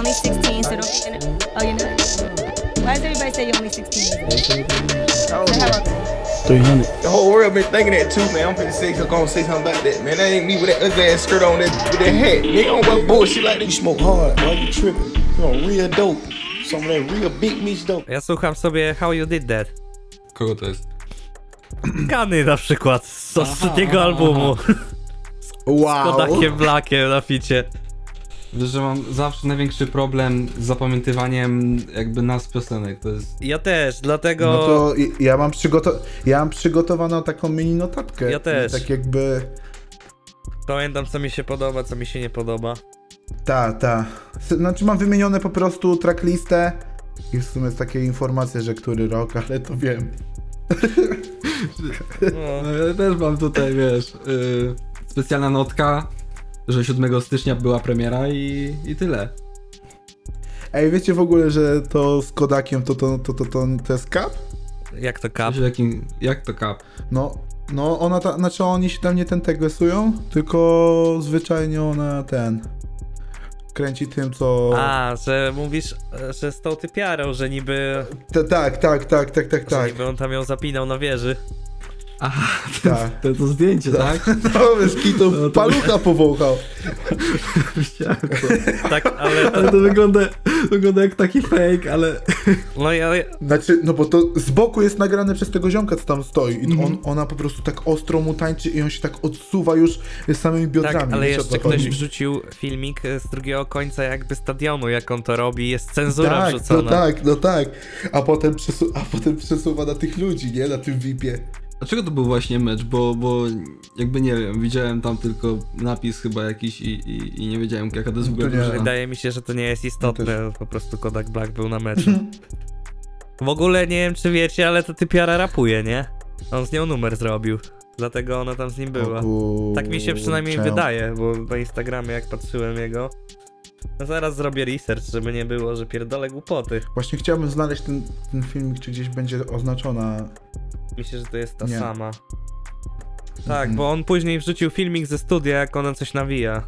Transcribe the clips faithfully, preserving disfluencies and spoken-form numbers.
only sixteen, so don't get in it. Oh, you're not? Why does everybody say you're only sixteen years old? So how about that? three hundred. The whole world been thinking that too, man. I'm finna say, gonna say something about that, man. That ain't me with that ugly ass skirt on, that, with that hat. Nigga don't wear bullshit like that. You smoke hard, why you tripping? You on real dope. Some of that real big meat dope. Ja słucham sobie How You Did That. Kogo to jest? Kany na przykład z ostatniego albumu. Z Wow! Kodakiem Blackiem na ficie. Wiesz, że mam zawsze największy problem z zapamiętywaniem jakby nazw piosenek, to jest... Ja też, dlatego... No to i- ja mam, przygoto- ja mam przygotowaną taką mini notatkę. Ja też. Tak jakby... Pamiętam co mi się podoba, co mi się nie podoba. Ta, ta. Znaczy mam wymienione po prostu tracklistę i w sumie jest takie informacje, że który rok, ale to wiem. No. No, ja też mam tutaj, wiesz, yy, specjalna notka, że siódmego stycznia była premiera i, i tyle. Ej, wiecie w ogóle, że to z Kodakiem to to, to, to, to, to jest Cap? Jak to kap? Wiesz, jakim, jak to kap? No, no ona ta, znaczy oni się tam nie ten teglesują, tylko zwyczajnie ona ten kręci tym, co... A, że mówisz, że z tą typiarą, że niby... Ta, tak, tak, tak, tak, tak, Że tak. niby on tam ją zapinał na wieży. Aha, Tak. to, to zdjęcie, tak? No, bez kitu, No to- palucha powąchał. Widziałem to. Tak, ale... Ale to wygląda, wygląda jak taki fake, ale... No ja... Znaczy, no bo to z boku jest nagrane przez tego ziomka, co tam stoi i to Mhm. on, ona po prostu tak ostro mu tańczy i on się tak odsuwa już samymi biodrami. Tak, ale wiesz, o jeszcze co chodzi? ktoś wrzucił filmik z drugiego końca jakby stadionu, jak on to robi, jest cenzura Tak, no wrzucona. tak, no tak. A potem, przesu- a potem przesuwa na tych ludzi, nie? Na tym V I P-ie. Dlaczego to był właśnie mecz? Bo, bo jakby nie wiem, widziałem tam tylko napis chyba jakiś i, i, i nie wiedziałem jaka to jest w ogóle To nie. drużyna. Wydaje mi się, że to nie jest istotne, też. po prostu Kodak Black był na meczu. W ogóle nie wiem czy wiecie, ale to typiara rapuje, nie? On z nią numer zrobił, dlatego ona tam z nim była. O Tak mi się przynajmniej kurczę. wydaje, bo na Instagramie jak patrzyłem jego... No zaraz zrobię research, żeby nie było, że pierdolę głupoty. Właśnie chciałbym znaleźć ten, ten filmik, czy gdzieś będzie oznaczona. Myślę, że to jest ta Nie. sama. Tak, Mhm. bo on później wrzucił filmik ze studia, jak ona coś nawija.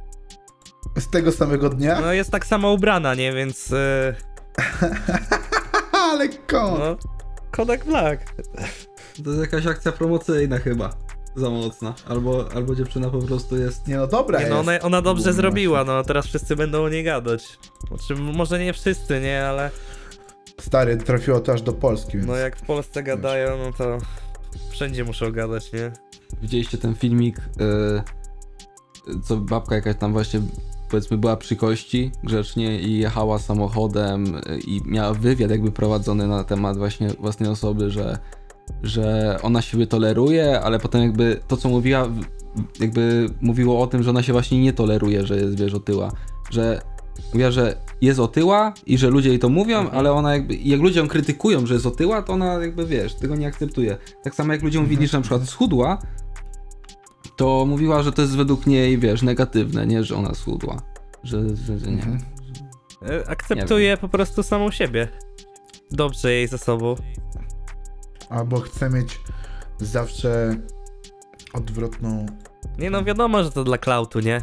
Z tego samego dnia? No jest tak samo ubrana, nie? Więc... Yy, Ale kon! no... Kodak Black. To jest jakaś akcja promocyjna chyba. Za mocna. Albo, albo dziewczyna po prostu jest... Nie no, dobra Nie, jest. no ona, ona dobrze Kurwa, zrobiła, no teraz wszyscy będą o niej gadać. Znaczy, może nie wszyscy, nie? Ale Stary, trafiło to aż do Polski, więc... no jak w Polsce gadają, no to wszędzie muszą gadać, nie? Widzieliście ten filmik, yy, co babka jakaś tam właśnie, powiedzmy, była przy kości grzecznie i jechała samochodem yy, i miała wywiad jakby prowadzony na temat właśnie własnej osoby, że, że ona siebie toleruje, ale potem jakby to, co mówiła, w- jakby mówiło o tym, że ona się właśnie nie toleruje, że jest, wiesz, otyła, że mówiła, że jest otyła i że ludzie jej to mówią, Mhm. ale ona jakby, jak ludzie ją krytykują, że jest otyła, to ona jakby, wiesz, tego nie akceptuje. Tak samo jak ludzie mówili, że na przykład schudła, to mówiła, że to jest według niej, wiesz, negatywne, nie, że ona schudła. Że, że, że nie. Mhm. E, Akceptuje po prostu samą siebie. Dobrze jej ze sobą. Albo chcę mieć zawsze odwrotną... Nie no, wiadomo, że to dla klautu, nie?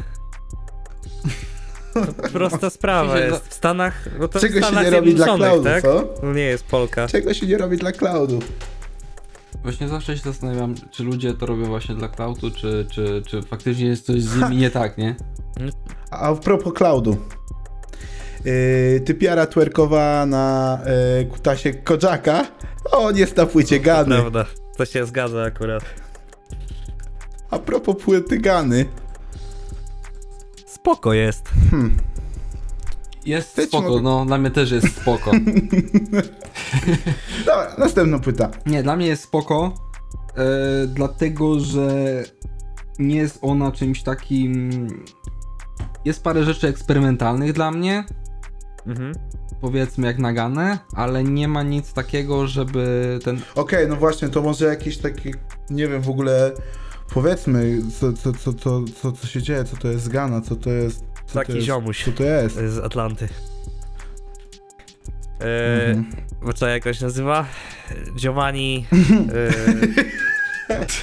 To prosta sprawa jest. W Stanach, no to w Czego się Stanach nie robi dla Zjednoczonych, klaudu, tak? co? No nie jest Polka. Czego się nie robi dla cloudu? Właśnie zawsze się zastanawiam, czy ludzie to robią właśnie dla klautu, czy, czy, czy faktycznie jest coś z nimi nie tak, nie? A w propos cloudu. Yy, typiara twerkowa na yy, kutasie Kojaka. O, nie jest na płycie Gany. Prawda, to się zgadza akurat. A propos płyty Gany. Spoko jest. Hmm. Jest Też spoko, mogę- no dla mnie też jest spoko. Dobra, następna płyta. Nie, dla mnie jest spoko, e, dlatego że nie jest ona czymś takim... Jest parę rzeczy eksperymentalnych dla mnie, Mhm. powiedzmy jak nagane, ale nie ma nic takiego, żeby ten... Okej, no właśnie, to może jakiś taki, nie wiem, w ogóle powiedzmy, co, co, co, co, co, co się dzieje, co to jest Gana, co to jest... Co Taki to jest, ziomuś. Co to jest? Z Atlanty. Eee, Mhm. Bo co jakoś nazywa? Giovanni...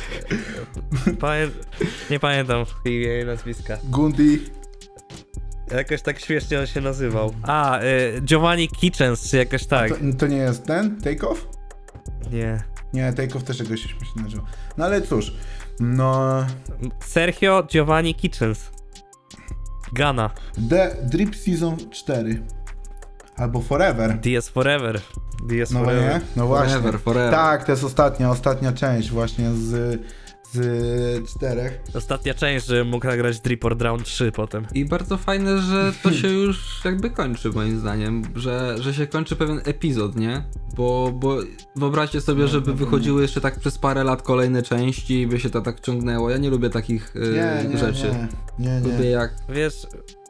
E, pamię... Nie pamiętam imienia i nazwiska. Gundi. Jakoś tak śmiesznie on się nazywał. A, y, Giovanni Kitchens, czy jakoś tak. To, to nie jest ten? Take Off? Nie. Nie, Take Off też jakoś śmiesznie nazywał. No ale cóż, no... Sergio Giovanni Kitchens. Ghana. The Drip Season cztery. Albo Forever. D S Forever. D S No Forever. nie? No właśnie. Forever, forever. Tak, to jest ostatnia, ostatnia część właśnie z, z czterech. Ostatnia część, że mógł nagrać Drip or Drown trzy potem. I bardzo fajne, że to się już jakby kończy moim zdaniem, że, że się kończy pewien epizod, nie? Bo, bo wyobraźcie sobie, żeby wychodziły jeszcze tak przez parę lat kolejne części i by się to tak ciągnęło. Ja nie lubię takich yy, Nie, nie, rzeczy. nie, nie, Lubię nie. jak... Wiesz, y,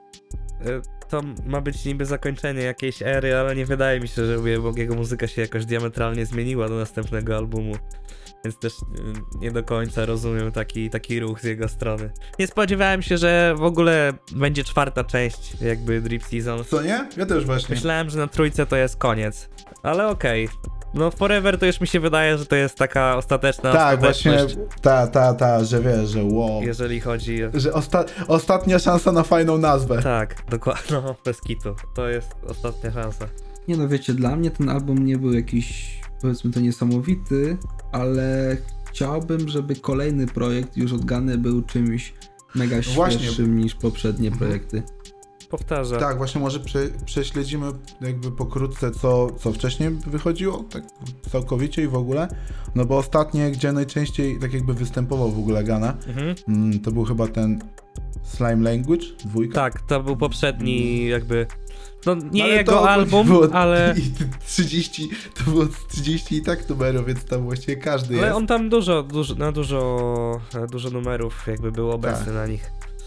to ma być niby zakończenie jakiejś ery, ale nie wydaje mi się, że jego muzyka się jakoś diametralnie zmieniła do następnego albumu. Więc też y, nie do końca rozumiem taki, taki ruch z jego strony. Nie spodziewałem się, że w ogóle będzie czwarta część jakby Drip Season. Co nie? Ja też właśnie. Myślałem, że na trójce to jest koniec. Ale okej. No Forever to już mi się wydaje, że to jest taka ostateczna Tak, właśnie, ostateczność, ta, ta, ta, że wiesz, że wow. jeżeli chodzi o... Że osta ostatnia szansa na fajną nazwę. Tak, dokładnie, no bez kitu. To jest ostatnia szansa. Nie no, wiecie, dla mnie ten album nie był jakiś, powiedzmy to niesamowity, ale chciałbym, żeby kolejny projekt już od Gany był czymś mega Właśnie. świeższym niż poprzednie projekty. Powtarzam. Tak, właśnie może prze, prześledzimy jakby pokrótce, co, co wcześniej wychodziło, tak całkowicie i w ogóle. No bo ostatnie, gdzie najczęściej tak jakby występował w ogóle Gana, Mhm. mm, to był chyba ten Slime Language, dwójka. Tak, to był poprzedni jakby... No nie No ale jego to album, było ale... i trzydzieści, to było trzydzieści i tak numerów, więc tam właściwie każdy Ale jest. on tam dużo, dużo, na dużo, dużo numerów jakby był obecny Tak. na nich.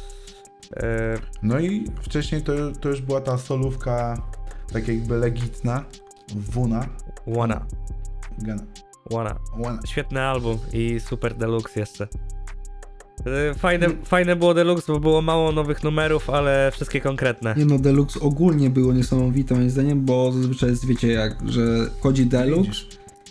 E, No i wcześniej to, to już była ta solówka tak jakby legitna, Wuna, Wanna, Gana, Wanna. Wana. Świetny album i super deluxe jeszcze. E, Fajne, fajne było deluxe, bo było mało nowych numerów, ale wszystkie konkretne. Nie no, Deluxe ogólnie było niesamowite moim zdaniem, bo zazwyczaj jest, wiecie jak, że wchodzi Deluxe Widzisz?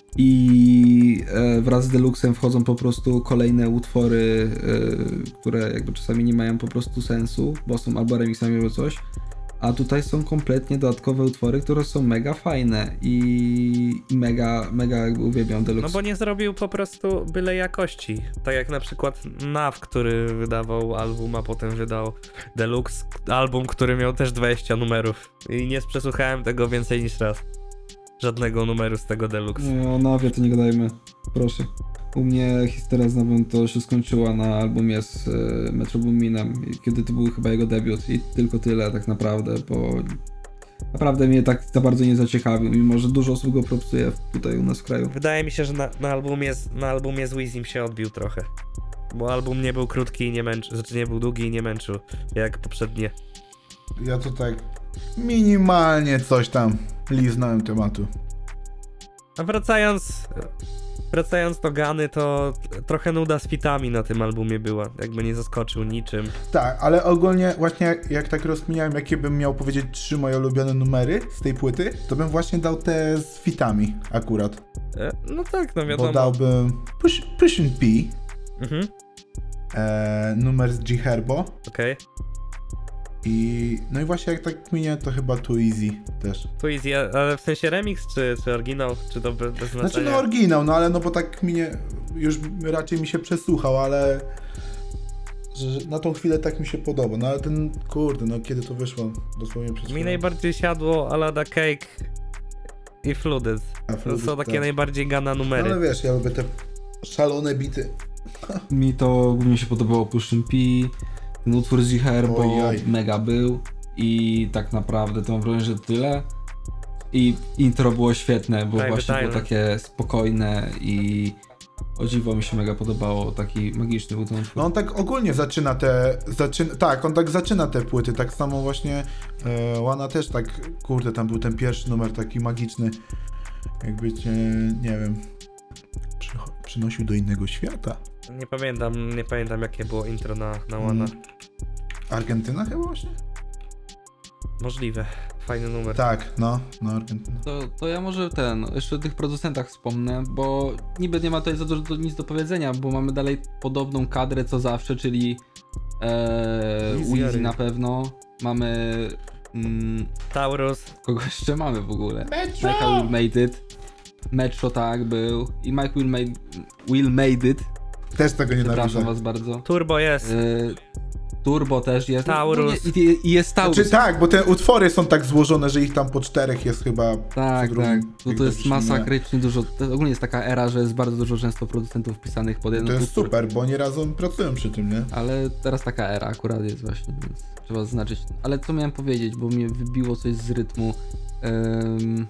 i e, wraz z Deluxem wchodzą po prostu kolejne utwory, e, które jakby czasami nie mają po prostu sensu, bo są albo remixami albo coś, a tutaj są kompletnie dodatkowe utwory, które są mega fajne i, i mega, mega jakby uwielbiam Deluxe. No bo nie zrobił po prostu byle jakości. Tak jak na przykład Nav, który wydawał album, a potem wydał Deluxe album, który miał też dwadzieścia numerów. I nie przesłuchałem tego więcej niż raz. Żadnego numeru z tego Deluxe. Nie, o Nawie to nie gadajmy, proszę. U mnie historia z Nawą to się skończyła na albumie z e, Metro Boominem, kiedy to był chyba jego debiut i tylko tyle tak naprawdę, bo naprawdę mnie tak za bardzo nie zaciekawił, mimo że dużo osób go propsuje tutaj u nas w kraju. Wydaje mi się, że na, na albumie, z, na albumie z Wizim się odbił trochę. Bo album nie był krótki i nie męczył, znaczy nie był długi i nie męczył, jak poprzednie. Ja to tak minimalnie coś tam liznąłem tematu. A wracając, wracając do Gany, to trochę nuda z fitami na tym albumie była, jakby nie zaskoczył niczym. Tak, ale ogólnie właśnie jak, jak tak rozkminiałem, jakie bym miał powiedzieć trzy moje ulubione numery z tej płyty, to bym właśnie dał te z fitami akurat. E, no tak, no wiadomo. Bo dałbym Push, Pushin' P, Mhm, e, numer z G Herbo okej. i no i właśnie jak tak kminię, to chyba Too Easy też. Tu easy, ale w sensie remix, czy, czy oryginał, czy to bez, bez znaczenia? Znaczy no oryginał, no ale no bo tak kminię, już raczej mi się przesłuchał, ale że na tą chwilę tak mi się podoba, no ale ten, kurde, no kiedy to wyszło, dosłownie przed Mi chwilą. najbardziej siadło Alada Cake i Flooded. A, To Flooded, są takie tak. najbardziej Gana No numery. ale wiesz, ja lubię te szalone bity. Mi to głównie się podobało Pushin' P, ten utwór z Herbo Ojoj. mega był i tak naprawdę to mam wrażenie, że tyle. I intro było świetne, bo Private właśnie było Island. takie spokojne i o dziwo mi się mega podobało, taki magiczny był ten utwór. No on tak ogólnie zaczyna te, zaczyna, tak, on tak zaczyna te płyty, tak samo właśnie e, Łana też tak, kurde, tam był ten pierwszy numer taki magiczny, jakby cię, nie wiem, przycho- przynosił do innego świata. Nie pamiętam, nie pamiętam jakie było intro na, na Łana. Mm. Argentyna chyba właśnie? Możliwe. Fajny numer. Tak, no, no Argentyna. To, to ja może ten, jeszcze o tych producentach wspomnę, bo niby nie ma tutaj za dużo do, nic do powiedzenia, bo mamy dalej podobną kadrę co zawsze, czyli Eee, Easy Weezy Ary. na pewno. Mamy... Mm, Taurus. kogo jeszcze mamy w ogóle? Michael Will Made It. Metro tak był. I Mike Will Made, Will Made It. Też tego Przepraszam nienawidzę. was bardzo. Turbo jest. Eee, Turbo też jest. Taurus. No, nie, i, I jest Taurus. Znaczy tak, bo te utwory są tak złożone, że ich tam po czterech jest chyba... Tak, przy tak. drugim, To, jak to jest dobrze się masakrycznie dużo. To ogólnie jest taka era, że jest bardzo dużo często producentów wpisanych pod nie jeden mylę. To jest utwór. super, bo oni razem pracują przy tym, nie? Ale teraz taka era akurat jest właśnie, więc trzeba zaznaczyć. Ale co miałem powiedzieć, bo mnie wybiło coś z rytmu. Ym...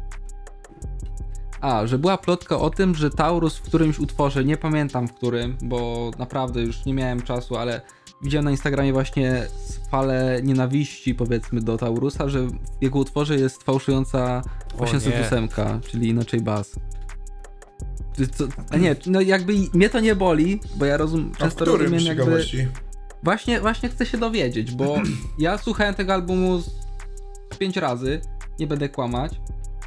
A, że była plotka o tym, że Taurus w którymś utworze, nie pamiętam w którym, bo naprawdę już nie miałem czasu, ale widziałem na Instagramie właśnie falę nienawiści, powiedzmy, do Taurusa, że w jego utworze jest fałszująca osiemset osiem, czyli inaczej bas. Czy co- A nie, no jakby mnie to nie boli, bo ja rozum, A w często którym rozumiem z jakby... ciekawości? Właśnie, właśnie chcę się dowiedzieć, bo ja słuchałem tego albumu z pięć razy, nie będę kłamać,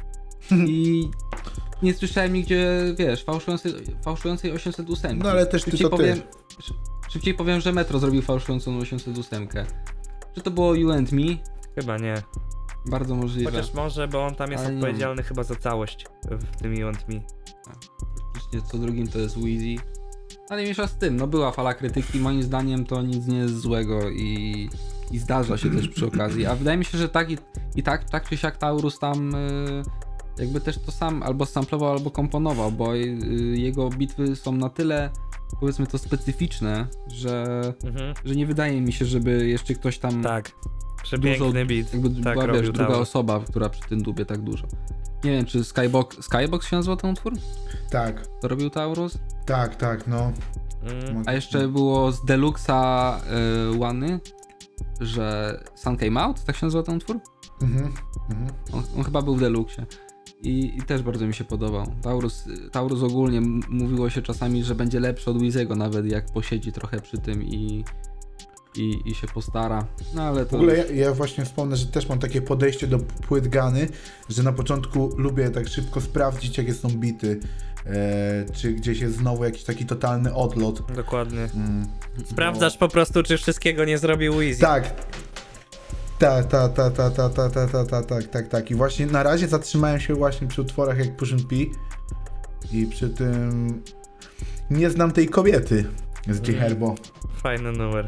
i nie słyszałem nigdzie, wiesz, fałszującej, fałszującej osiemset osiem. No ale też ty szybciej to powiem, ty. szy- Szybciej powiem, że Metro zrobił fałszującą osiemset osiem. Czy to było You and Me? Chyba nie. Bardzo możliwe. Chociaż może, bo on tam jest Ale nie odpowiedzialny chyba za całość w tym You and Me. Oczywiście co drugim to jest Weezy. Ale mniejsza z tym, no była fala krytyki, moim zdaniem to nic nie jest złego i, i zdarza się też przy okazji. A wydaje mi się, że tak i, i tak, tak czy siak Taurus tam y, jakby też to sam albo samplował, albo komponował, bo y, jego bitwy są na tyle, powiedzmy to specyficzne, że, Mhm. że nie wydaje mi się, żeby jeszcze ktoś tam Tak. Przepiękny beat. jakby Tak była, robił wiesz, druga Taurus. osoba, która przy tym dubie tak dużo. Nie wiem, czy Skybox, Skybox się nazywał ten utwór? Tak, To robił Taurus? tak, tak, no. Mm. A jeszcze było z Deluxa y, Łany, że Sun Came Out, tak się nazywa ten utwór? Mhm, mhm. On, on chyba był w Deluxie. I, I też bardzo mi się podobał. Taurus, Taurus ogólnie m- mówiło się czasami, że będzie lepszy od Weezy'ego, nawet jak posiedzi trochę przy tym i, i, i się postara. No ale W to... ogóle ja, ja właśnie wspomnę, że też mam takie podejście do płyt Gany, że na początku lubię tak szybko sprawdzić, jakie są bity, e, czy gdzieś jest znowu jakiś taki totalny odlot. Dokładnie. Mm. Sprawdzasz po prostu, czy wszystkiego nie zrobił Weezy. Tak. Tak, tak, tak, tak, tak, tak, tak, tak, tak, tak, tak, tak. I właśnie na razie zatrzymałem się właśnie przy utworach jak Push and P i przy tym nie znam tej kobiety z G Herbo. Fajny numer.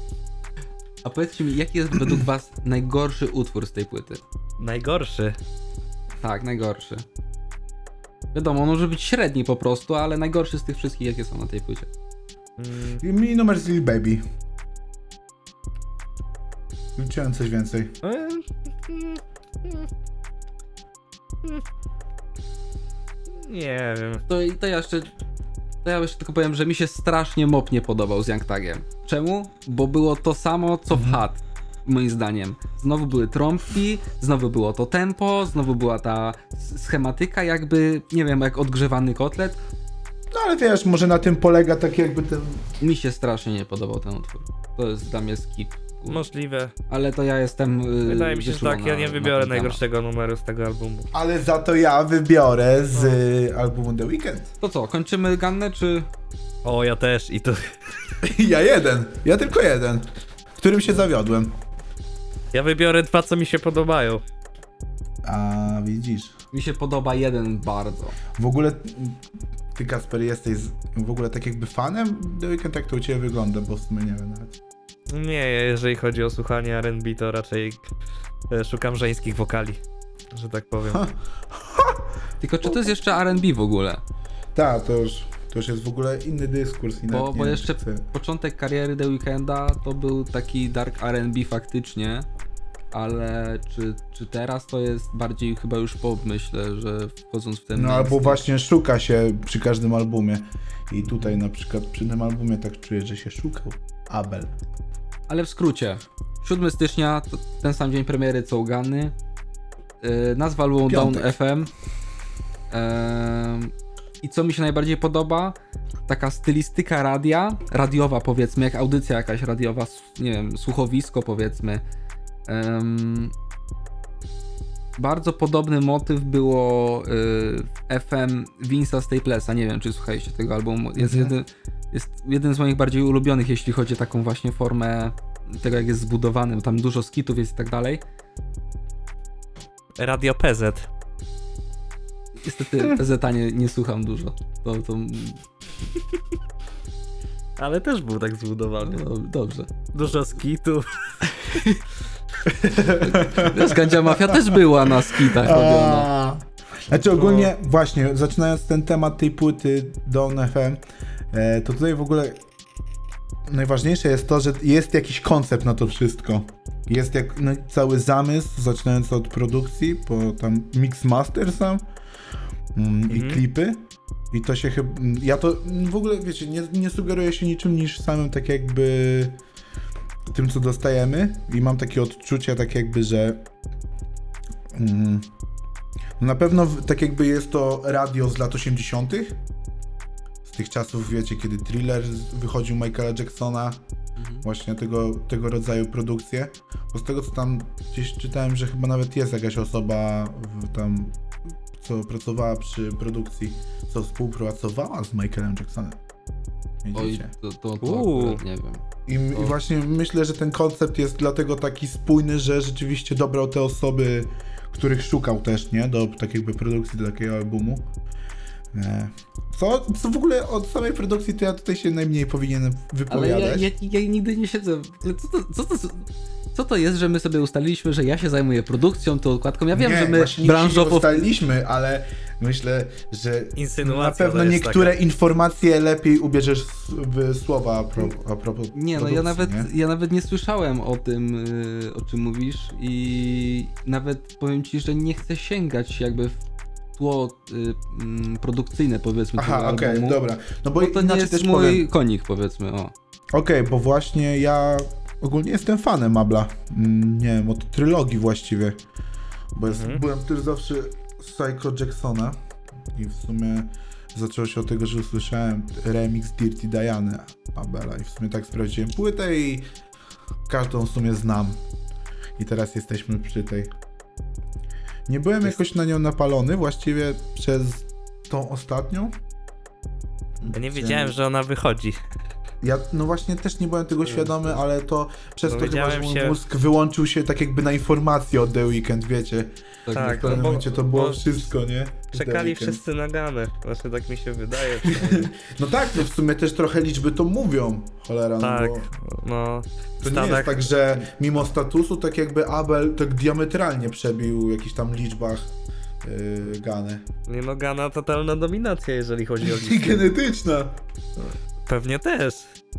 A powiedzcie mi, jaki jest według was najgorszy utwór z tej płyty? Najgorszy. Tak, najgorszy. Wiadomo, on może być średni po prostu, ale najgorszy z tych wszystkich, jakie są na tej płycie. Mm. I mi numer z Lil Baby. Liczyłem coś więcej. Nie wiem. To, to ja jeszcze... To ja jeszcze tylko powiem, że mi się strasznie mop nie podobał z Young Thugiem. Czemu? Bo było to samo, co w Hat, moim zdaniem. Znowu były trąbki, znowu było to tempo, znowu była ta s- schematyka jakby, nie wiem, jak odgrzewany kotlet. No ale wiesz, może na tym polega tak jakby ten... Mi się strasznie nie podobał ten utwór. To jest dla mnie skip. Kurwa. Możliwe. Ale to ja jestem... Yy, Wydaje mi się, że wyczulona tak. Ja nie na wybiorę ten najgorszego numeru z tego albumu. Ale za to ja wybiorę z y, albumu The Weeknd. temat. To co, kończymy Gannę, czy... O, ja też. I to... Ja jeden. Ja tylko jeden. Którym się zawiodłem. Ja wybiorę dwa, co mi się podobają. A widzisz. Mi się podoba jeden bardzo. W ogóle ty, Kasper, jesteś z, w ogóle tak jakby fanem The Weeknd, jak to u ciebie wygląda, bo w sumie nie wiem nawet. Nie, jeżeli chodzi o słuchanie R and B, to raczej e, szukam żeńskich wokali, że tak powiem. Ha. Tylko czy to jest jeszcze R and B w ogóle? Tak, to już, to już jest w ogóle inny dyskurs. I Bo, nawet nie bo wiem, jeszcze czy chcę. początek kariery The Weeknda to był taki dark R and B faktycznie, ale czy, czy teraz to jest bardziej chyba już pop, myślę, że wchodząc w ten No albo mainstream. właśnie szuka się przy każdym albumie. I tutaj na przykład przy tym albumie tak czuję, że się szukał Abel. Ale w skrócie, siódmego stycznia, to ten sam dzień premiery co u Ganny. Yy, nazwa albumu Down Piątek. F M. Yy, I co mi się najbardziej podoba? Taka stylistyka radia, radiowa powiedzmy, jak audycja jakaś radiowa, s- nie wiem, słuchowisko powiedzmy. Ym, bardzo podobny motyw było yy, w F M Vince'a Staplesa, nie wiem czy słuchaliście tego albumu. Jest Mhm. jeden, jest jeden z moich bardziej ulubionych, jeśli chodzi o taką właśnie formę tego, jak jest zbudowany, bo tam dużo skitów jest i tak dalej. Radio P Z. Niestety P Z nie, nie słucham dużo. To, to Ale też był tak zbudowany. no, dobrze. Dużo skitów. Skandzia Mafia też była na skitach robiona. A, Znaczy ogólnie, właśnie, zaczynając ten temat tej płyty Dawn F M, e, to tutaj w ogóle najważniejsze jest to, że jest jakiś koncept na to wszystko. Jest jak no, cały zamysł, zaczynając od produkcji, po tam mix master sam mm, i Mhm. klipy. I to się chyba... Ja to w ogóle, wiecie, nie, nie sugeruję się niczym niż samym tak jakby tym, co dostajemy. I mam takie odczucie tak jakby, że mm, na pewno w- tak jakby jest to radio z lat osiemdziesiątych. Z tych czasów, wiecie, kiedy Thriller z- wychodził Michaela Jacksona. Właśnie tego, tego rodzaju produkcje. Bo z tego, co tam gdzieś czytałem, że chyba nawet jest jakaś osoba w, tam, co pracowała przy produkcji, co współpracowała z Michaelem Jacksonem. Oj, Widzicie? to, to, to Uuu. akurat nie wiem. I, I właśnie myślę, że ten koncept jest dlatego taki spójny, że rzeczywiście dobrał te osoby, których szukał też, nie? Do tak jakby produkcji, do takiego albumu. E, Co, co w ogóle od samej produkcji to ja tutaj się najmniej powinienem Ale wypowiadać. ja, ja, ja nigdy nie siedzę. Ale Co to, co, to, co to jest, że my sobie ustaliliśmy, że ja się zajmuję produkcją, tą okładką? Ja wiem, nie, że my właśnie nigdy się nie branżowo. ustaliliśmy, ale myślę, że Insynuacja na pewno to jest niektóre taka. informacje lepiej ubierzesz w słowa a, pro, a propos Nie, no produkcji, ja nawet, nie? ja nawet nie słyszałem o tym, yy, o czym mówisz i nawet powiem ci, że nie chcę sięgać jakby w tło yy, mm, produkcyjne, powiedzmy, tego Aha, okej, albumu. dobra. No bo, Bo to nie inaczej jest też mój powiem. konik, powiedzmy, o. Okej, bo właśnie ja ogólnie jestem fanem Mabla. Mm, Nie wiem, od trylogii właściwie. Bo jest, Mhm. byłem też zawsze Psycho Jacksona i w sumie zaczęło się od tego, że usłyszałem remix Dirty Diany Mabela i w sumie tak sprawdziłem płytę i każdą w sumie znam. I teraz jesteśmy przy tej. Nie byłem Jest- jakoś na nią napalony właściwie przez tą ostatnią. Ja nie wiedziałem, że ona wychodzi. Ja no właśnie też nie byłem tego świadomy, ale to przez to chyba, że Dowiedziałem mój się- mózg wyłączył się tak jakby na informacje od The Weeknd, wiecie. Tak, W pewnym no bo- momencie to było bo wszystko, nie? The Czekali Weeknd. wszyscy na Ganę. Znaczy tak mi się wydaje. przynajmniej. No tak, no w sumie też trochę liczby to mówią, cholera, Tak, no bo no. to w nie Stanach- jest tak, że mimo statusu tak jakby Abel tak diametralnie przebił w jakichś tam liczbach yy, Gany. Nie no, Gana totalna dominacja, jeżeli chodzi o listy. Genetyczna! Pewnie też.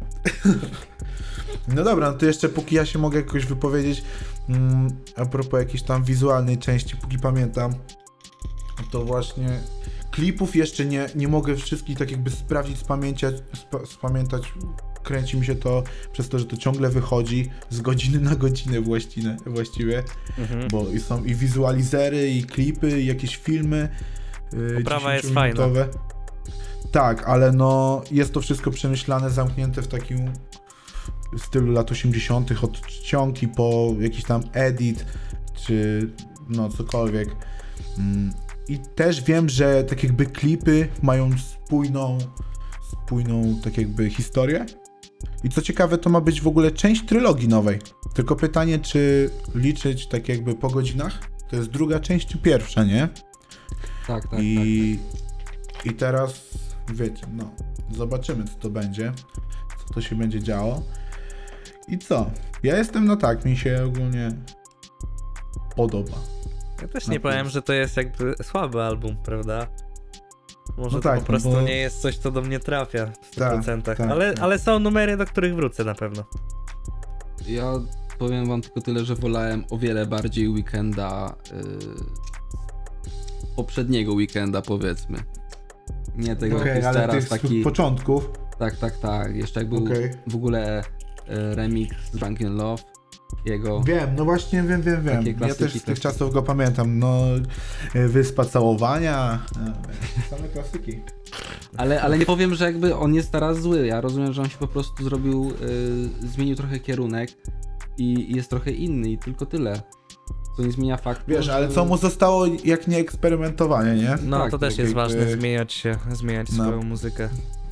No dobra, no to jeszcze póki ja się mogę jakoś wypowiedzieć mm, a propos jakiejś tam wizualnej części, póki pamiętam, to właśnie klipów jeszcze nie, nie mogę wszystkich tak jakby sprawdzić z pamięcia, spa, spamiętać, kręci mi się to przez to, że to ciągle wychodzi z godziny na godzinę właściwie, właściwie Mhm. bo i są i wizualizery, i klipy, i jakieś filmy yy, Oprawa jest dziesięciominutowe. Tak, ale no jest to wszystko przemyślane, zamknięte w takim stylu lat osiemdziesiątych, od czcionki po jakiś tam edit, czy no cokolwiek. Mm, I też wiem, że tak jakby klipy mają spójną, spójną tak jakby historię. I co ciekawe, to ma być w ogóle część trylogii nowej. Tylko pytanie, czy liczyć tak jakby po godzinach? To jest druga część czy pierwsza, nie? Tak, tak, I, I teraz wiecie, no, zobaczymy co to będzie, co to się będzie działo. I co? Ja jestem, no tak, mi się ogólnie podoba. Ja też Na nie powiem, plus. że to jest jakby słaby album, prawda? Może No to tak, po no prostu bo- nie jest coś, co do mnie trafia w stu Tak, procentach. tak, ale, tak. ale są numery, do których wrócę na pewno. tak. Ja powiem wam tylko tyle, że wolałem o wiele bardziej Weekenda yy, poprzedniego Weekenda, powiedzmy. Nie tego, Okej, jak jest ale teraz tych z taki. początków, Tak, tak, tak. Jeszcze jak był Okej. w ogóle e, remix Drunken Love jego. wiem, no właśnie, wiem, wiem, wiem. Takie Ja klasyki, też z tych klasyki. czasów go pamiętam, no, y, Wyspa Całowania, no, same klasyki. Ale, ale nie powiem, że jakby on jest teraz zły. Ja rozumiem, że on się po prostu zrobił, y, zmienił trochę kierunek i jest trochę inny i tylko tyle. Co nie zmienia faktu. Wiesz, że- ale co mu zostało jak nie eksperymentowanie, nie? No Tak, to też tak jest jakby- ważne, zmieniać się, zmieniać No. swoją muzykę.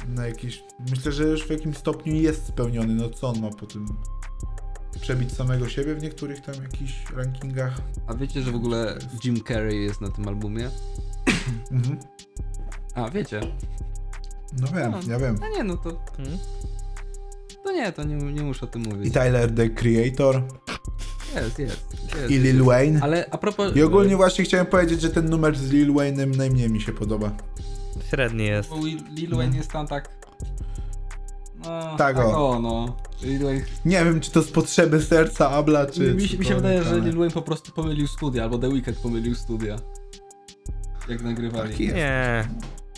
na jakiś... Myślę, że już w jakimś stopniu jest spełniony, no co on ma po tym... Przebić samego siebie w niektórych tam jakichś rankingach? A wiecie, że w ogóle Jim Carrey jest na tym albumie? Mhm. A, wiecie? No wiem, No. ja wiem. A nie, no to... Hmm? To nie, to nie, nie muszę o tym I mówić. Tyler, the Creator, Jest, jest. jest i Lil Wayne. Ale a propos... I ogólnie właśnie chciałem powiedzieć, że ten numer z Lil Wayne'em najmniej mi się podoba. Średni jest. Bo Lil Lil Wayne jest tam tak... No, Tak, o. o, no. Lil Wayne... Nie wiem, czy to z potrzeby serca Abla, czy... Mi, czy się- mi to się wydaje, że nagrane. Lil Wayne po prostu pomylił studia, albo The Weeknd pomylił studia. Jak nagrywali. Tak jest. Nie.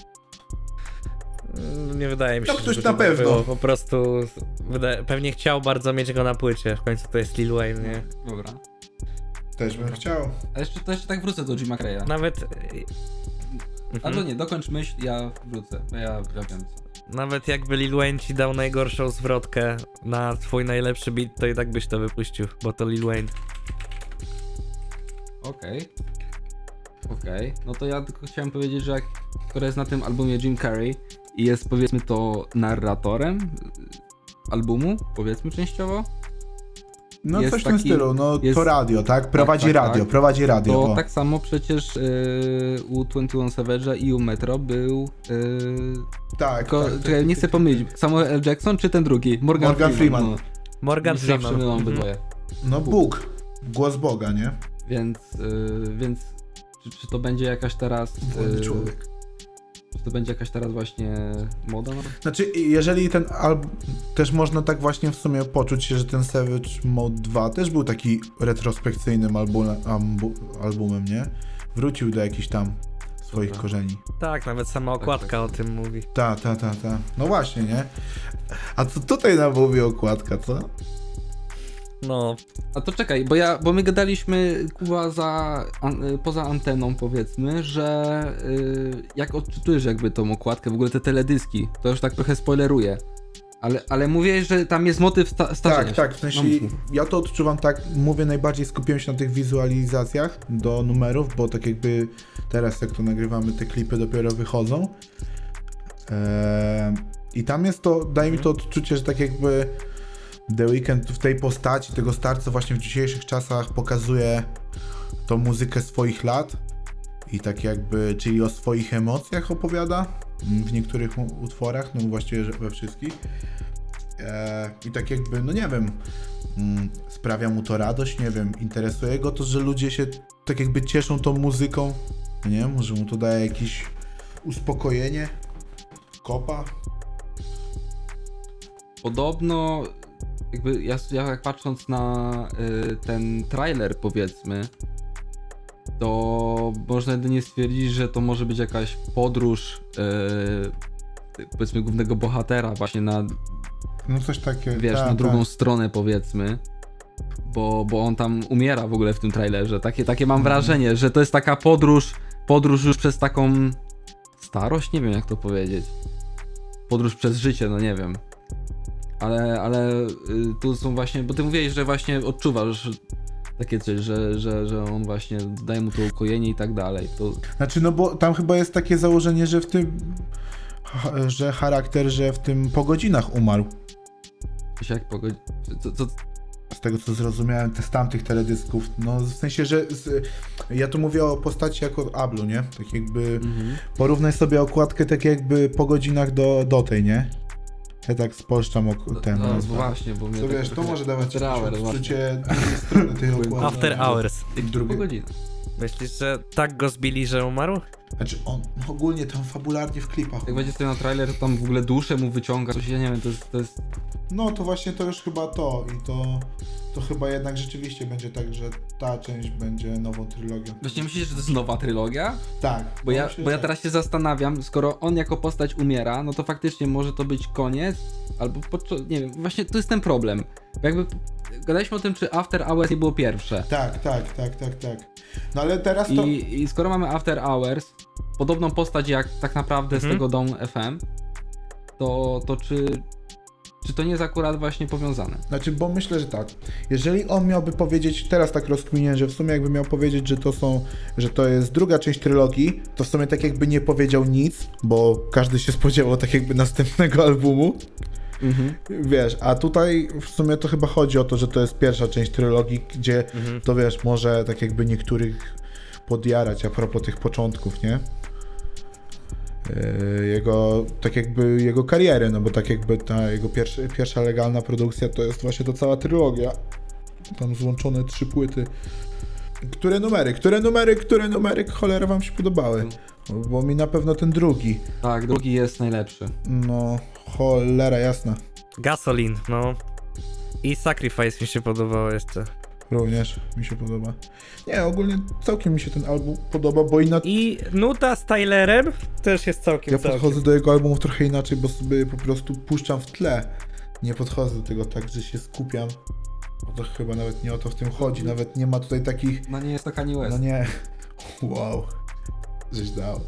Mm, Nie wydaje mi się, No, ktoś żeby na to tak pewno. było. Po prostu wydaje, pewnie chciał bardzo mieć go na płycie. W końcu to jest Lil Wayne, nie? Dobra. Też bym chciał. A jeszcze, to jeszcze tak wrócę do Jima Carreya. Nawet... Mhm. Albo nie, dokończ myśl, ja wrócę. Bo ja, ja wiem co. Nawet jakby Lil Wayne ci dał najgorszą zwrotkę na twój najlepszy beat, to i tak byś to wypuścił, bo to Lil Wayne. Okej. Okej. No to ja tylko chciałem powiedzieć, że jak, skoro jest na tym albumie Jim Carrey i jest powiedzmy to narratorem y, albumu, powiedzmy częściowo, No Jest coś w tym taki- stylu, no jest- to radio, tak? Prowadzi tak, radio, tak. prowadzi radio. to o. tak samo przecież y, u dwadzieścia jeden Savage'a i u Metro był y, tak, tylko, tak, tak, czekaj, nie tak, chcę tak, pomylić, Samuel L. Jackson czy ten drugi? Morgan, Morgan Freeman. Freeman. No. Morgan Mi się zawsze Freeman. mylą Mhm. obydwoje. No Bóg, głos Boga, nie? Więc, y, więc czy, czy to będzie jakaś teraz... Wolny y, człowiek. Czy to będzie jakaś teraz właśnie moda? No, Znaczy, jeżeli ten album, też można tak właśnie w sumie poczuć się, że ten Savage Mode dwa też był taki retrospekcyjnym album, ambu, albumem, nie? Wrócił do jakichś tam swoich Dobra. korzeni. Tak, nawet sama okładka tak. o tym mówi. Ta, ta, ta, ta. No właśnie, nie? A co tutaj nam mówi okładka, co? No, A to czekaj, bo ja, bo my gadaliśmy Kuba za, an, y, poza anteną powiedzmy, że y, jak odczytujesz jakby tą okładkę, w ogóle te teledyski, to już tak trochę spoileruję. Ale, ale mówię, że tam jest motyw sta, starzenia Tak, się. tak, w sensie No, mów, mów. ja to odczuwam tak, mówię, najbardziej skupiłem się na tych wizualizacjach do numerów, bo tak jakby teraz jak to nagrywamy, te klipy dopiero wychodzą. Eee, I tam jest to, daje mi to odczucie, że tak jakby The Weeknd w tej postaci, tego starca właśnie w dzisiejszych czasach pokazuje tą muzykę swoich lat i tak jakby, czyli o swoich emocjach opowiada w niektórych mu- utworach, no właściwie że we wszystkich. Eee, I tak jakby, no nie wiem, mm, sprawia mu to radość, nie wiem, interesuje go to, że ludzie się tak jakby cieszą tą muzyką, no nie, może mu to daje jakieś uspokojenie, kopa. Podobno, jakby ja, ja jak patrząc na y, ten trailer powiedzmy, to można jedynie stwierdzić, że to może być jakaś podróż y, powiedzmy głównego bohatera właśnie na, No coś takiego. wiesz, ta, na drugą ta. stronę powiedzmy, bo, bo on tam umiera w ogóle w tym trailerze. Takie, takie mam wrażenie, że to jest taka podróż, podróż już przez taką starość, nie wiem jak to powiedzieć. Podróż przez życie, no nie wiem. Ale, ale y, tu są właśnie, bo ty mówiłeś, że właśnie odczuwasz takie coś, że, że, że on właśnie daje mu to ukojenie i tak dalej. To Znaczy, no bo tam chyba jest takie założenie, że w tym, ha- że charakter, że w tym po godzinach umarł. się jak pogodzi... Co, co, Z tego co zrozumiałem, te z tamtych teledysków. No w sensie, że z, ja tu mówię o postaci jako Ablu, nie? Tak jakby mhm. porównaj sobie okładkę tak jakby po godzinach do, do tej, nie? Ja tak spolszczam ok- ten. no, no, właśnie, bo mnie to tak wiesz, to trochę może dawać after hour, jakieś właśnie. odczucie drugiej strony tej okładki. After Hours. Po Drugie. godzinę. Myślisz, że tak go zbili, że umarł? Znaczy on ogólnie tam fabularnie w klipach. Jak będzie sobie na trailer, to tam w ogóle duszę mu wyciąga, coś, ja nie wiem, to jest, to jest... No to właśnie to już chyba to i to, to chyba jednak rzeczywiście będzie tak, że ta część będzie nową trylogią. Właśnie myślisz, że to jest nowa trylogia? Tak. Bo no ja, myślę, bo ja że teraz się zastanawiam, skoro on jako postać umiera, no to faktycznie może to być koniec, albo podczas, nie wiem, właśnie to jest ten problem. Bo jakby gadaliśmy o tym, czy After Hours nie było pierwsze. Tak, tak, tak, tak, tak. No ale teraz to... I, I skoro mamy After Hours, podobną postać jak tak naprawdę Mhm. z tego Dawn F M, to, to czy Czy to nie jest akurat właśnie powiązane? Znaczy, bo myślę, że tak. Jeżeli on miałby powiedzieć, teraz tak rozkminię, że w sumie jakby miał powiedzieć, że to są, że to jest druga część trylogii, to w sumie tak jakby nie powiedział nic, bo każdy się spodziewał tak jakby następnego albumu. Mhm. Wiesz, a tutaj w sumie to chyba chodzi o to, że to jest pierwsza część trylogii, gdzie Mhm. to wiesz, może tak jakby niektórych podjarać a propos tych początków, nie? Yy, Jego, tak jakby jego kariery, no bo tak jakby ta jego pierwsza, pierwsza legalna produkcja to jest właśnie to cała trylogia. Tam złączone trzy płyty. Które numery, które numery, które numery cholera wam się podobały? Bo mi na pewno ten drugi. Tak, drugi jest najlepszy. No, cholera jasna. Gasolin, no. I Sacrifice mi się podobało jeszcze. Również mi się podoba. Nie, ogólnie całkiem mi się ten album podoba, bo inna... I nuta z Tylerem też jest całkiem, Ja całkiem. podchodzę do jego albumów trochę inaczej, bo sobie po prostu puszczam w tle. Nie podchodzę do tego tak, że się skupiam. Bo to chyba nawet nie o to w tym chodzi. Nawet nie ma tutaj takich... No nie jest to Kanye West. No nie. Wow. Żeś dał.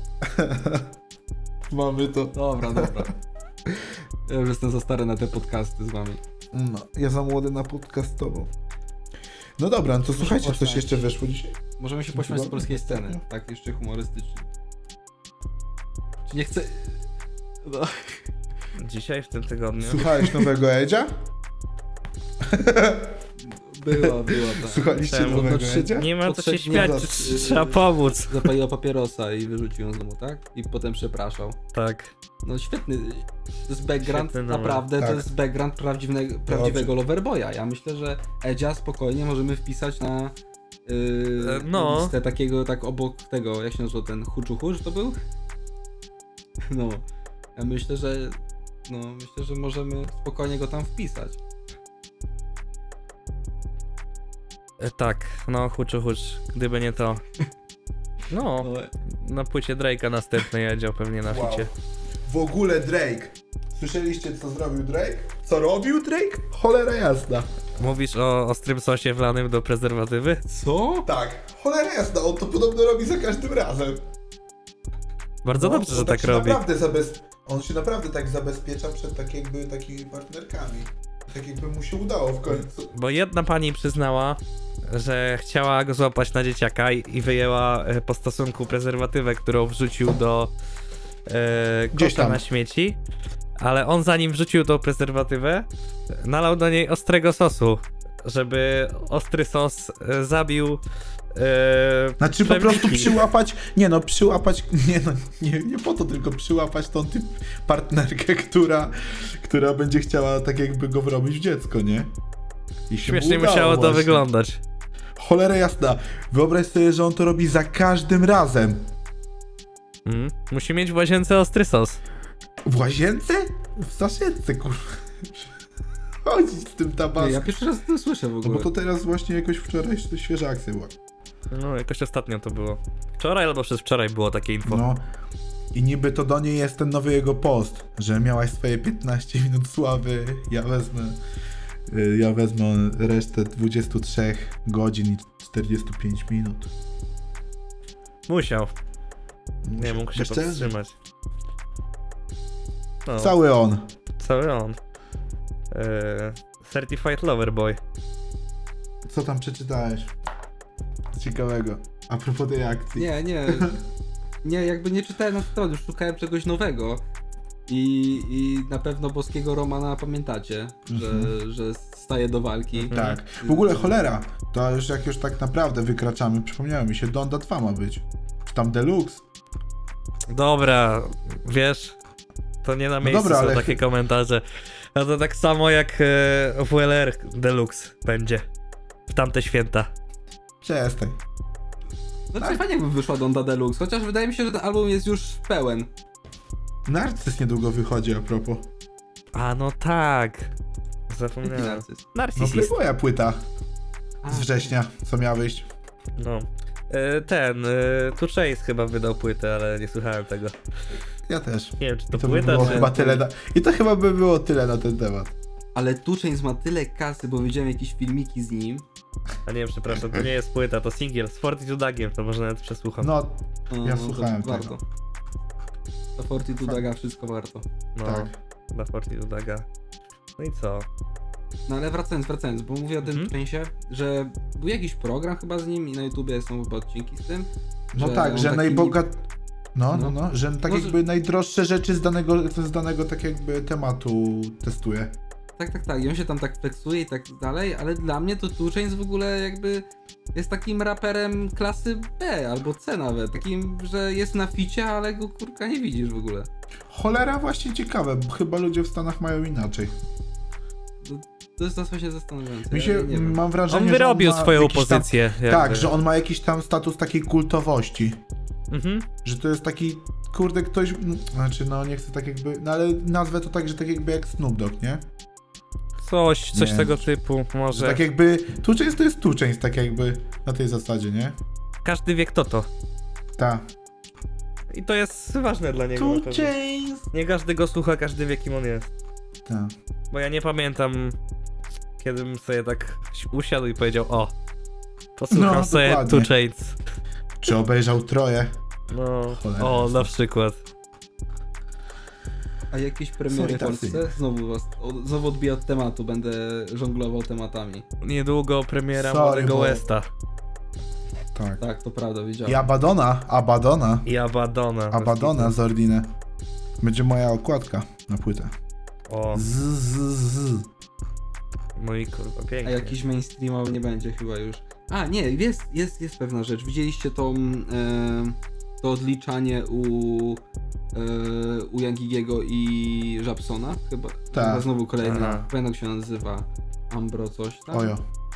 Mamy to. Dobra, dobra. Ja już jestem za stary na te podcasty z wami. No, ja za młody na podcastową. No dobra, no to słuchajcie, coś pośmiać. jeszcze wyszło dzisiaj? Możemy się pośmiać z polskiej sceny, tak jeszcze humorystycznie. Czy nie chcę... No. Dzisiaj, w tym tygodniu. Słuchałeś nowego Edzia? Było, było, tak. Słuchaliście Czemu? nowego Podszedł- Edzia? Nie ma co się Podszedł śmiać, mnie za- czy trzeba pomóc. Zapaliła papierosa i wyrzucił ją z domu, tak? I potem przepraszał. Tak. No świetny, to jest background, Świetny numer. naprawdę, Tak. to jest background prawdziwego, prawdziwego Loverboya. Ja myślę, że Edzia spokojnie możemy wpisać na yy, E, no. na listę takiego, tak obok tego, jak się nazywa ten Huczu Hucz to był? No, ja myślę, że no, myślę, że możemy spokojnie go tam wpisać. E, Tak, no huczu hucz, gdyby nie to. No, No, na płycie Drake'a następnej jedział pewnie na Wow. ficie. W ogóle Drake. Słyszeliście, co zrobił Drake? Co robił Drake? Cholera jasna. Mówisz o ostrym sosie wlanym do prezerwatywy? co? Tak, cholera jasna, on to podobno robi za każdym razem. Bardzo No, dobrze, on że tak się robi. Naprawdę zabez... On się naprawdę tak zabezpiecza przed tak jakby takimi partnerkami. Tak jakby mu się udało w końcu. Bo jedna pani przyznała, że chciała go złapać na dzieciaka i, i wyjęła e, po stosunku prezerwatywę, którą wrzucił do e, Gdzieś kosza tam. na śmieci, ale on zanim wrzucił tą prezerwatywę, nalał do niej ostrego sosu, żeby ostry sos e, zabił e, Znaczy po prostu plemniki. przyłapać, nie no, przyłapać, nie no, nie, nie po to, tylko przyłapać tą typ partnerkę, która, która będzie chciała tak jakby go wrobić w dziecko, nie? I się Śmiesznie mu udało musiało to właśnie. wyglądać. Cholera jasna, wyobraź sobie, że on to robi za każdym razem. Mm. Musi mieć w łazience ostry sos. W łazience? W saszetce, kurwa. Chodzić z tym Nie, tabaskiem. ja pierwszy raz to słyszę w No ogóle. bo to teraz właśnie jakoś wczoraj świeża akcja była. No, jakoś ostatnio to było. Wczoraj albo przez wczoraj było takie info. No. I niby to do niej jest ten nowy jego post, że miałaś swoje piętnaście minut sławy, ja wezmę y, ja wezmę resztę dwadzieścia trzy godzin i czterdzieści pięć minut. Musiał. Nie mógł się Wiesz co? powstrzymać. No, Cały on. cały on. Eee, Certified Lover Boy. Co tam przeczytałeś? Ciekawego. A propos tej akcji. Nie, nie. Nie, jakby nie czytałem na stronę, już szukałem czegoś nowego. I, I na pewno boskiego Romana pamiętacie, że, Mhm. że staje do walki. Tak. W ogóle cholera, to już jak już tak naprawdę wykraczamy, przypomniało mi się, Donda dwa ma być. Czy tam Deluxe? Dobra, wiesz, to nie na No miejscu dobra, są ale- takie komentarze. A to tak samo jak e, W L R Deluxe będzie. W tamte święta. Przestań. Znaczy Tak. fajnie jakby wyszła Donda Deluxe, chociaż wydaje mi się, że ten album jest już pełen. Narcyz niedługo wychodzi a propos. A no tak. Jaki Zapomniałem. narcyz? No Narcisist. Playboya płyta A, z września, co miała wyjść. No. E, ten, e, Two Chainz chyba wydał płytę, ale nie słuchałem tego. Ja też. Nie wiem, czy to, I to by płyta, było czy... chyba tyle na... I to chyba by było tyle na ten temat. Ale Two Chainz ma tyle kasy, bo widziałem jakieś filmiki z nim. A nie, przepraszam, to nie jest płyta, to singiel z Fortitude Dagiem, to może nawet przesłucham. No, No, Ja no, to słuchałem warto. To Fortitude Daga wszystko warto. No, tak. dla Fortitude Daga. No i co? No ale wracając, wracając, bo mówię o tym Mhm. Change'ie, że był jakiś program chyba z nim i na YouTubie są chyba odcinki z tym. No że tak, on że taki najbogat... No, no, No. no, że tak Może- jakby najdroższe rzeczy z danego, z danego tak jakby tematu testuje. Tak, tak, tak. I on się tam tak flexuje i tak dalej, ale dla mnie to two Chainz w ogóle jakby jest takim raperem klasy B albo C nawet. Takim, że jest na ficie, ale go kurka nie widzisz w ogóle. Cholera, właśnie ciekawe, bo chyba ludzie w Stanach mają inaczej. To, to jest właśnie zastanawiające. Mi się, ja nie wiem. mam wrażenie, On że wyrobił on ma swoją jakiś tam- pozycję. jakby. Tak, że on ma jakiś tam status takiej kultowości. Mhm. Że to jest taki, kurde, ktoś, mm, znaczy no nie chcę tak jakby, no ale nazwę to tak, że tak jakby jak Snoop Dogg, nie? Coś, coś Nie. tego typu, Że może. tak jakby, two Chainz to jest two Chainz, tak jakby na tej zasadzie, nie? Każdy wie kto to. Ta. I to jest ważne dla niego. na two pewno. Chainz! Nie każdy go słucha, każdy wie kim on jest. Ta. Bo ja nie pamiętam, kiedym sobie tak usiadł i powiedział: o, posłucham No, sobie dokładnie. two Chainz. Czy obejrzał Troje? No, Cholera o, jasna. na przykład. A jakieś Są premiery i w tacy. Polsce? Znowu was, o, znowu odbiję od tematu, będę żonglował tematami. Niedługo premiera Sorry, Młodego bo- Westa. Tak. Tak, to prawda, wiedziałem. I Abadona, Abadona, I Abadona. bez Abadona kitu. z Ordinę. Będzie moja okładka na płytę. O, Z, z, z. no i kurwa, A pięknie. jakiś mainstreamowy nie będzie chyba już. A, nie, jest, jest, jest pewna rzecz. Widzieliście tą, e, to odliczanie u, e, u Yangiego i Żabsona? Chyba, chyba znowu kolejny, Aha. pamiętam jak się nazywa. Ambro coś tam? Ojo.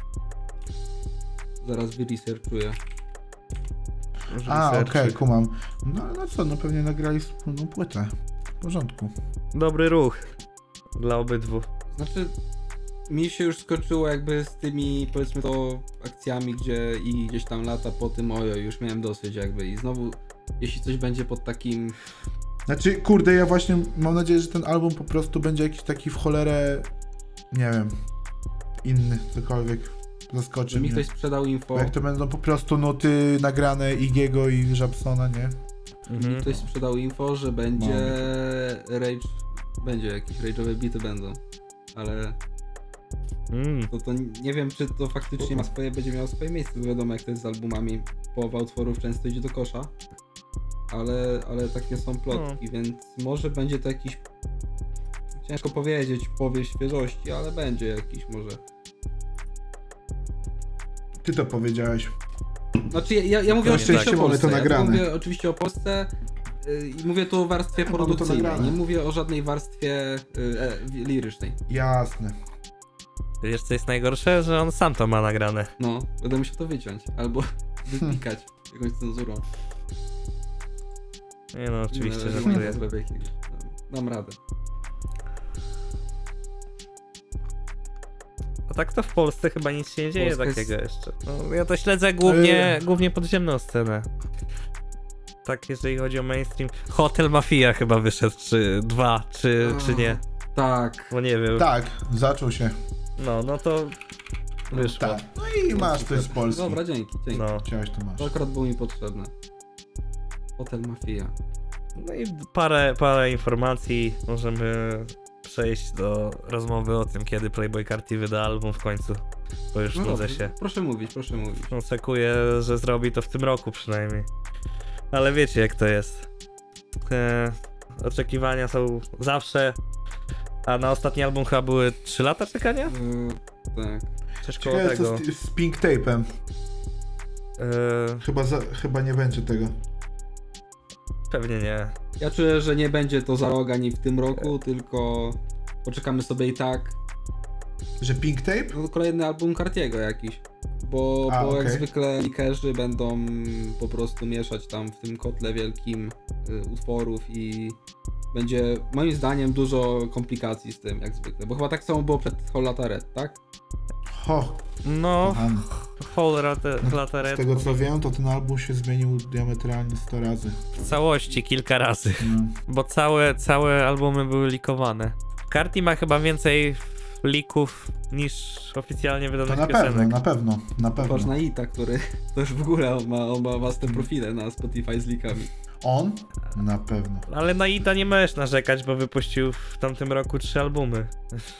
Zaraz wyresearchuję. Żeby A, okej, serczyk. kumam. No, no co, no pewnie nagrali wspólną płytę. W porządku. Dobry ruch. Dla obydwu. Znaczy, mi się już skończyło jakby z tymi, powiedzmy to, akcjami, gdzie i gdzieś tam lata po tym ojo, już miałem dosyć jakby i znowu, jeśli coś będzie pod takim, Znaczy, kurde, ja właśnie mam nadzieję, że ten album po prostu będzie jakiś taki w cholerę, nie wiem, inny, cokolwiek. Zaskoczy że mi mnie. ktoś sprzedał info, Bo jak to będą po prostu nuty nagrane Igiego i Żabsona, nie? mi Mhm. ktoś sprzedał info, że będzie rage, będzie jakieś rage'owe bity będą, ale Mm. to, to nie wiem, czy to faktycznie ma swoje, będzie miało swoje miejsce, bo wiadomo jak to jest z albumami, połowa utworów często idzie do kosza, ale, ale takie są plotki, więc może będzie to jakiś, ciężko powiedzieć, powiew świeżości, ale będzie jakiś może. Ty to powiedziałeś. Znaczy ja, ja, ja mówię Na oczywiście szczęście o mamy Polsce, to ja nagrane. mówię oczywiście o Polsce y, i mówię tu o warstwie Mamy to produkcyjnej, nagrane. nie mówię o żadnej warstwie y, e, lirycznej. Jasne. Wiesz co jest najgorsze? Że on sam to ma nagrane. No, będę musiał to wyciąć, albo wypikać jakąś cenzurą. Nie no, oczywiście, Nie, że nie, nie żartuję. zrobię jakiegoś. Dam radę. A tak to w Polsce chyba nic się nie dzieje Polska jest- takiego jeszcze. No, ja to śledzę głównie, Yy. głównie podziemną scenę. Tak, jeżeli chodzi o mainstream. Hotel Mafia chyba wyszedł, czy dwa, czy, czy nie. Tak. Bo nie wiem. Tak, zaczął się. No, no to wyszło. Tak. No i masz coś z Polski. Dobra, dzięki, dzięki. No. Chciałeś, to masz. To akurat było mi potrzebne. Hotel Mafia. No i parę, parę informacji. Możemy przejść do rozmowy o tym, kiedy Playboi Carti wyda album w końcu. Bo już No nudzę dobrze, się. proszę mówić, proszę mówić. Oczekuję, że zrobi to w tym roku przynajmniej. Ale wiecie jak to jest. E, oczekiwania są zawsze. A na ostatni album chyba były trzy lata czekania? Yy, tak. Coś koło Ciekawe tego. co z, z Pink Tape'em. E, Chyba, za, chyba nie będzie tego. pewnie nie. Ja czuję, że nie będzie to za rok ani w tym roku, tylko poczekamy sobie i tak. Że Pink Tape? No, kolejny album Cartiego jakiś. Bo, A, bo jak okej. zwykle likerzy będą po prostu mieszać tam w tym kotle wielkim y, utworów i będzie moim zdaniem dużo komplikacji z tym jak zwykle. Bo chyba tak samo było przed Whole Lotta Red, tak? Ho, No, kochany. Whole Lotta- Lotta Z Red tego co wiem, to ten album się zmienił diametralnie sto razy. w całości kilka razy. No. Bo całe, całe albumy były likowane. Carti ma chyba więcej lików niż oficjalnie To wydanych na piosenek. pewno, na pewno, na pewno. Patrz na Ita, który to już w ogóle on ma, on ma własne profile na Spotify z likami. On? Na pewno. Ale na Ida nie możesz narzekać, bo wypuścił w tamtym roku trzy albumy.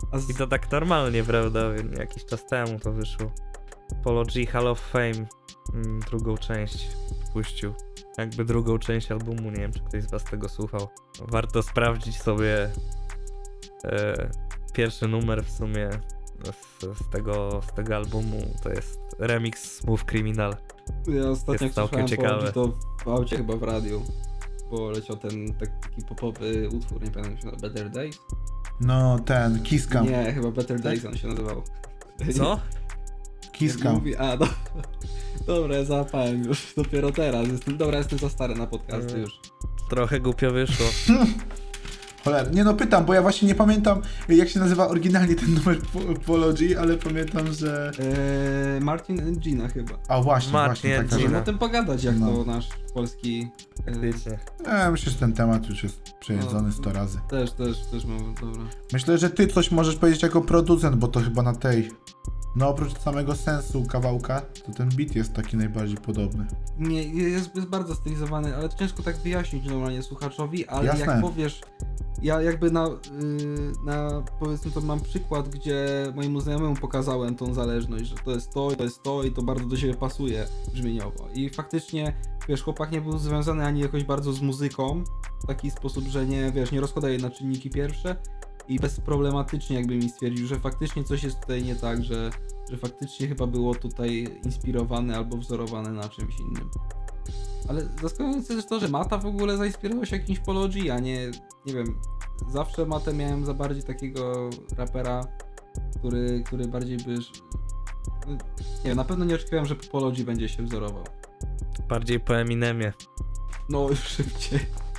A z... I to tak normalnie, prawda? Jakiś czas temu to wyszło. Polo G Hall of Fame mm, drugą część wpuścił. Jakby drugą część albumu, nie wiem czy ktoś z was tego słuchał. Warto sprawdzić sobie e, pierwszy numer w sumie z, z, tego, z tego albumu. To jest remix Smooth Criminal. Ja ostatnio Jest całkiem jak słyszałem ciekawe. to w aucie chyba w radiu, bo leciał ten tak, taki popowy utwór, nie pamiętam jak się nazywa, Better Days? No, ten, Kiss Cam. Nie, chyba Better Days on się nazywał. Co? Kiss Jak Cam. Mówi, a, do... Dobra, ja załapałem już, dopiero teraz. Jestem, dobra, jestem za stary na podcasty Mm. już. Trochę głupio wyszło. Cholera, nie no pytam, bo ja właśnie nie pamiętam jak się nazywa oryginalnie ten numer Po- Polo G, ale pamiętam, że... Eee, Martin and Gina chyba. A właśnie, Martin właśnie, and tak, Możemy Gina. o tym pogadać, jak No. to nasz polski... E, Faktycznie. Ja myślę, że ten temat już jest przejeżdżony sto razy. też, też, też mam, dobra. Myślę, że ty coś możesz powiedzieć jako producent, bo to chyba na tej... No oprócz samego sensu kawałka, to ten beat jest taki najbardziej podobny. Nie, jest, jest bardzo stylizowany, ale to ciężko tak wyjaśnić normalnie słuchaczowi, ale Jasne. jak powiesz, ja jakby na, yy, na, powiedzmy to mam przykład, gdzie mojemu znajomemu pokazałem tą zależność, że to jest to, to jest to i to bardzo do siebie pasuje brzmieniowo. I faktycznie, wiesz, chłopak nie był związany ani jakoś bardzo z muzyką, w taki sposób, że nie, wiesz, nie rozkłada jej na czynniki pierwsze i bezproblematycznie jakby mi stwierdził, że faktycznie coś jest tutaj nie tak, że, że faktycznie chyba było tutaj inspirowane albo wzorowane na czymś innym. Ale zaskakujące jest to, że Mata w ogóle zainspirował się jakimś Polo G, a nie, nie wiem, zawsze Matę miałem za bardziej takiego rapera, który, który bardziej by... no, nie wiem, na pewno nie oczekiwałem, że Polo G będzie się wzorował. Bardziej po Eminemie. No, już szybciej.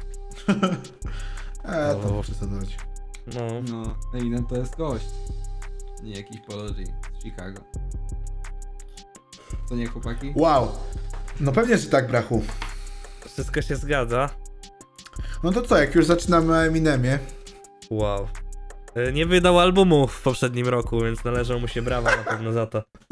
Eee, to O. przesadować. No. No, Eminem to jest gość. Nie jakiś Polo G z Chicago. To nie, chłopaki? Wow. No pewnie, że tak, brachu. Wszystko się zgadza. No to co, jak już zaczynamy o Eminemie, Wow. E, Nie wydał albumu w poprzednim roku, więc należą mu się brawa na pewno za to.